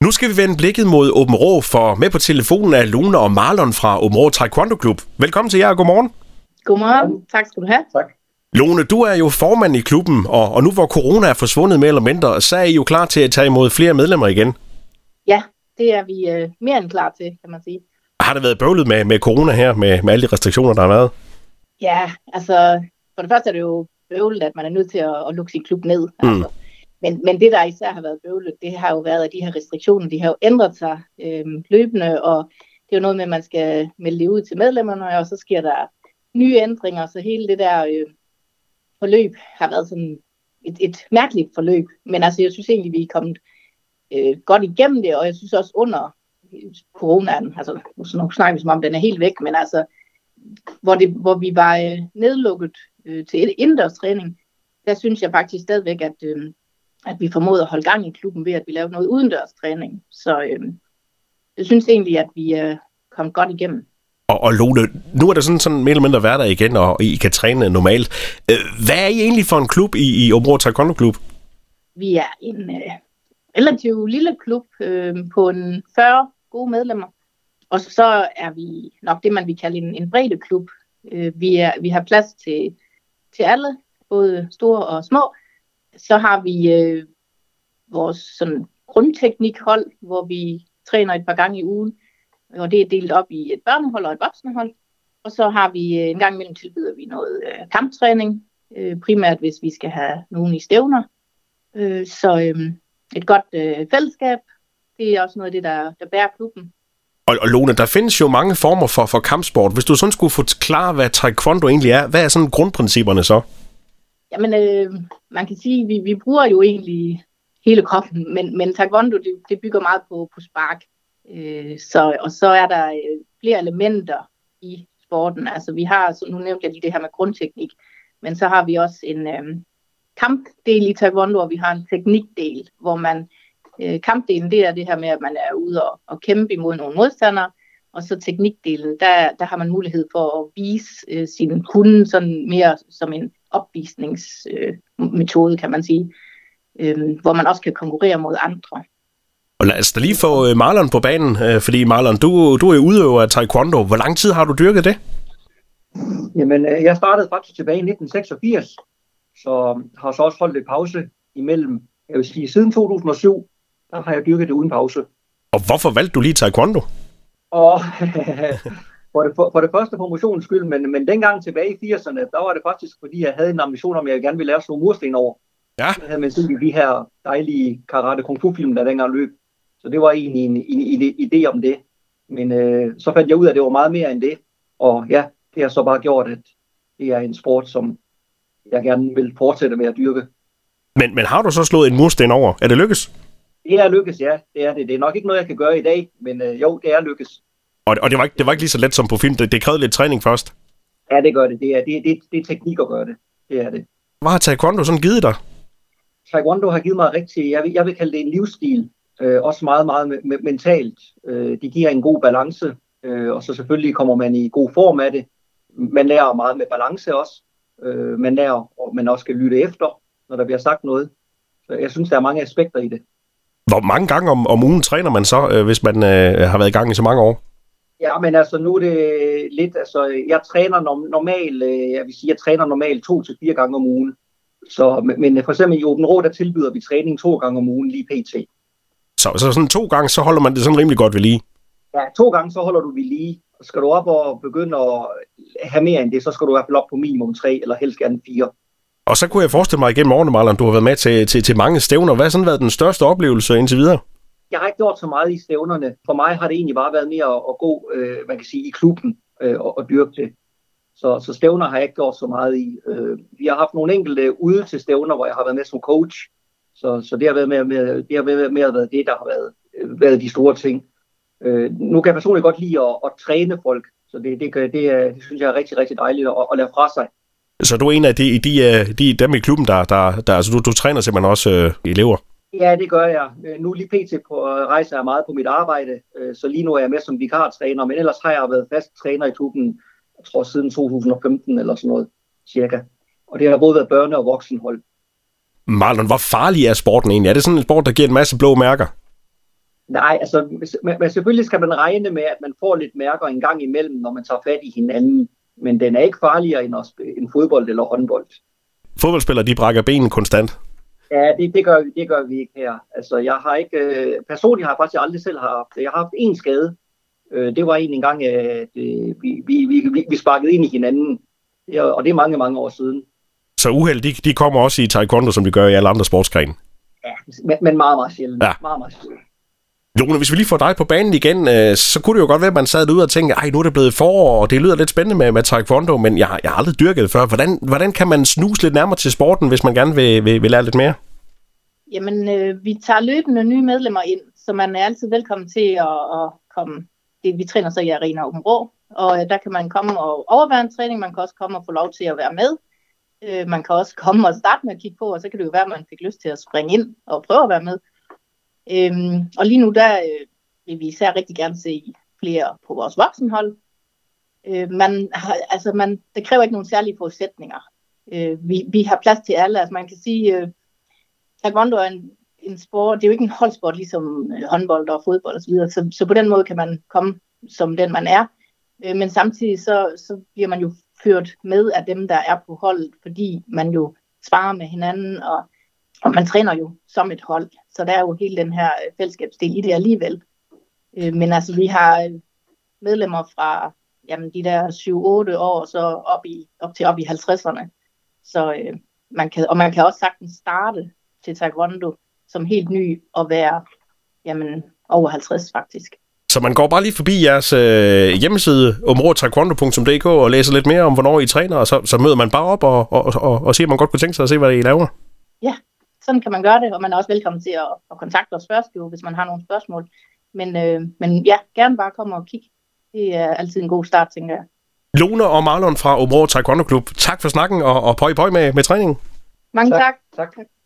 Nu skal vi vende blikket mod Aabenraa, for med på telefonen er Lone og Marlon fra Aabenraa Taekwondo Klub. Velkommen til jer, og godmorgen. Godmorgen. Tak skal du have. Tak. Lone, du er jo formand i klubben, og nu hvor corona er forsvundet mere eller mindre, så er I jo klar til at tage imod flere medlemmer igen. Ja, det er vi mere end klar til, kan man sige. Har det været bøvlet med corona her, med alle de restriktioner, der har været? Ja, altså for det første er det jo bøvlet, at man er nødt til at lukke sin klub ned. Altså. Men det, der især har været bøvlet, det har jo været, at de her restriktioner, de har jo ændret sig løbende, og det er jo noget med, at man skal melde det ud til medlemmerne, og så sker der nye ændringer, så hele det der forløb har været sådan et mærkeligt forløb. Men altså, jeg synes egentlig, vi er kommet godt igennem det, og jeg synes også under coronaen, altså nu snakker vi som om, den er helt væk, men altså, hvor vi var nedlukket til indendørstræning, der synes jeg faktisk stadigvæk, at vi formåede at holde gang i klubben ved, at vi lavede noget udendørstræning. Så jeg synes egentlig, at vi er kommet godt igennem. Og Lone, nu er der sådan mere eller mindre hverdag igen, og I kan træne normalt. Hvad er I egentlig for en klub i Aabenraa Taekwondo Klub? Vi er en relativt lille klub på 40 gode medlemmer. Og så er vi nok det, man vil kalde en breddeklub. Vi har plads til alle, både store og små. Så har vi vores sådan grundteknikhold, hvor vi træner et par gange i ugen. Og det er delt op i et børnehold og et voksenhold. Og så har vi en gang imellem tilbyder vi noget kamptræning, primært hvis vi skal have nogen i stævner. Så et godt fællesskab, det er også noget af det, der bærer klubben. Og Lone, der findes jo mange former for kampsport. Hvis du sådan skulle forklare, hvad taekwondo egentlig er, hvad er sådan grundprincipperne så? Jamen, man kan sige, at vi bruger jo egentlig hele kroppen, men taekwondo, det bygger meget på spark. Og så er der flere elementer i sporten. Altså vi har, nu nævnte jeg lige det her med grundteknik, men så har vi også en kampdel i taekwondo, og vi har en teknikdel, hvor man kampdelen, det er det her med, at man er ude og kæmpe imod nogle modstandere, og så teknikdelen, der har man mulighed for at vise sin kunde sådan mere som en opvisningsmetode, kan man sige, hvor man også kan konkurrere mod andre. Og lad os da lige få Marlon på banen, fordi Marlon, du er udøver af taekwondo. Hvor lang tid har du dyrket det? Jamen, jeg startede faktisk tilbage i 1986, så har så også holdt lidt pause imellem. Jeg vil sige, siden 2007, der har jeg dyrket det uden pause. Og hvorfor valgte du lige taekwondo? Og for det første for motionens skyld, men dengang tilbage i 80'erne, der var det faktisk, fordi jeg havde en ambition om, at jeg gerne ville lære sådan nogle mursten over. Ja. Jeg havde med sådan de her dejlige karate kung fu film, der dengang løb. Så det var egentlig en idé om det. Men så fandt jeg ud af, at det var meget mere end det. Og ja, det har så bare gjort, at det er en sport, som jeg gerne vil fortsætte med at dyrke. Men har du så slået en mursten over? Er det lykkes? Det er lykkes, ja. Det er det. Det er nok ikke noget, jeg kan gøre i dag, men jo, det er lykkes. Og det var ikke lige så let som på film. Det krævede lidt træning først. Ja, det gør det. Det er teknik at gøre det. Det er det. Hvad har taekwondo sådan givet dig? Taekwondo har givet mig rigtig, jeg vil kalde det en livsstil. Også meget, meget mentalt. De giver en god balance, og så selvfølgelig kommer man i god form af det. Man lærer meget med balance også. Man lærer, og man også skal lytte efter, når der bliver sagt noget. Så jeg synes, der er mange aspekter i det. Hvor mange gange om ugen træner man så, hvis man har været i gang i så mange år? Ja, men altså nu er det lidt, altså jeg træner normalt, jeg vil sige, jeg træner normalt 2 til 4 gange om ugen. Så, men for eksempel i Aabenraa, der tilbyder vi træning 2 gange om ugen lige pt. Så sådan 2 gange, så holder man det sådan rimelig godt ved lige? Ja, 2 gange, så holder du ved lige. Skal du op og begynde at have mere end det, så skal du i hvert fald op på minimum 3, eller helst gerne 4. Og så kunne jeg forestille mig igennem årene, Marlon, du har været med til mange stævner. Hvad har sådan været den største oplevelse indtil videre? Jeg har ikke gjort så meget i stævnerne. For mig har det egentlig bare været mere at gå, man kan sige, i klubben og dyrke det. Så stævner har jeg ikke gjort så meget i. Vi har haft nogle enkelte ude til stævner, hvor jeg har været med som coach. Så det har været med det, der har været de store ting. Nu kan jeg personligt godt lide at træne folk, så det synes jeg er rigtig, rigtig dejligt at lære fra sig. Så du er en af dem i klubben, der altså du træner simpelthen også elever? Ja, det gør jeg. Nu lige pt. Rejser jeg meget på mit arbejde, så lige nu er jeg med som vikartræner, men ellers har jeg været fast træner i klubben, jeg tror siden 2015 eller sådan noget, cirka. Og det har både været børne- og voksenhold. Marlon, hvor farlig er sporten egentlig? Er det sådan en sport, der giver en masse blå mærker? Nej, altså men selvfølgelig skal man regne med, at man får lidt mærker en gang imellem, når man tager fat i hinanden. Men den er ikke farligere end fodbold eller håndbold. Fodboldspillere, de brækker benen konstant. Ja, det gør vi ikke her. Altså, jeg har ikke... personligt har jeg faktisk aldrig selv haft... Jeg har haft én skade. Det var en gang, at vi sparkede ind i hinanden. Og det er mange, mange år siden. Så uheld, de kommer også i taekwondo, som de gør i alle andre sportsgrene? Ja, men meget, meget sjældent. Ja. Meget, meget sjældent. Lone, hvis vi lige får dig på banen igen, så kunne det jo godt være, at man sad derude og tænkte, nu er det blevet forår, og det lyder lidt spændende med taekwondo, men jeg har aldrig dyrket det før. Hvordan kan man snuse lidt nærmere til sporten, hvis man gerne vil lære lidt mere? Jamen, vi tager løbende nye medlemmer ind, så man er altid velkommen til at komme. Vi træner så i Arena Aabenraa, og der kan man komme og overvære en træning, man kan også komme og få lov til at være med. Man kan også komme og starte med at kigge på, og så kan det jo være, at man fik lyst til at springe ind og prøve at være med. Og lige nu, der vil vi især rigtig gerne se flere på vores voksenhold. Det kræver ikke nogen særlige forudsætninger. Vi har plads til alle. Altså man kan sige, taekwondo er en sport, det er jo ikke en holdsport ligesom håndbold og fodbold osv. Så på den måde kan man komme som den, man er. Men samtidig så bliver man jo ført med af dem, der er på holdet, fordi man jo sparer med hinanden, og man træner jo som et hold. Så der er jo hele den her fællesskabsdel i det alligevel. Men altså, vi har medlemmer fra de der 7-8 år, så op til 50'erne. Så man kan også sagtens starte til taekwondo som helt ny og være over 50 faktisk. Så man går bare lige forbi jeres hjemmeside områdetaekwondo.dk og læser lidt mere om, hvornår I træner, og så møder man bare op og siger, at man godt kunne tænke sig at se, hvad I laver. Ja, sådan kan man gøre det, og man er også velkommen til at kontakte os først, hvis man har nogle spørgsmål. Men ja, gerne bare komme og kigge. Det er altid en god start, tænker jeg. Lone og Marlon fra Aabenraa Taekwondo Klub, tak for snakken, og pøj med træningen. Mange tak. Tak.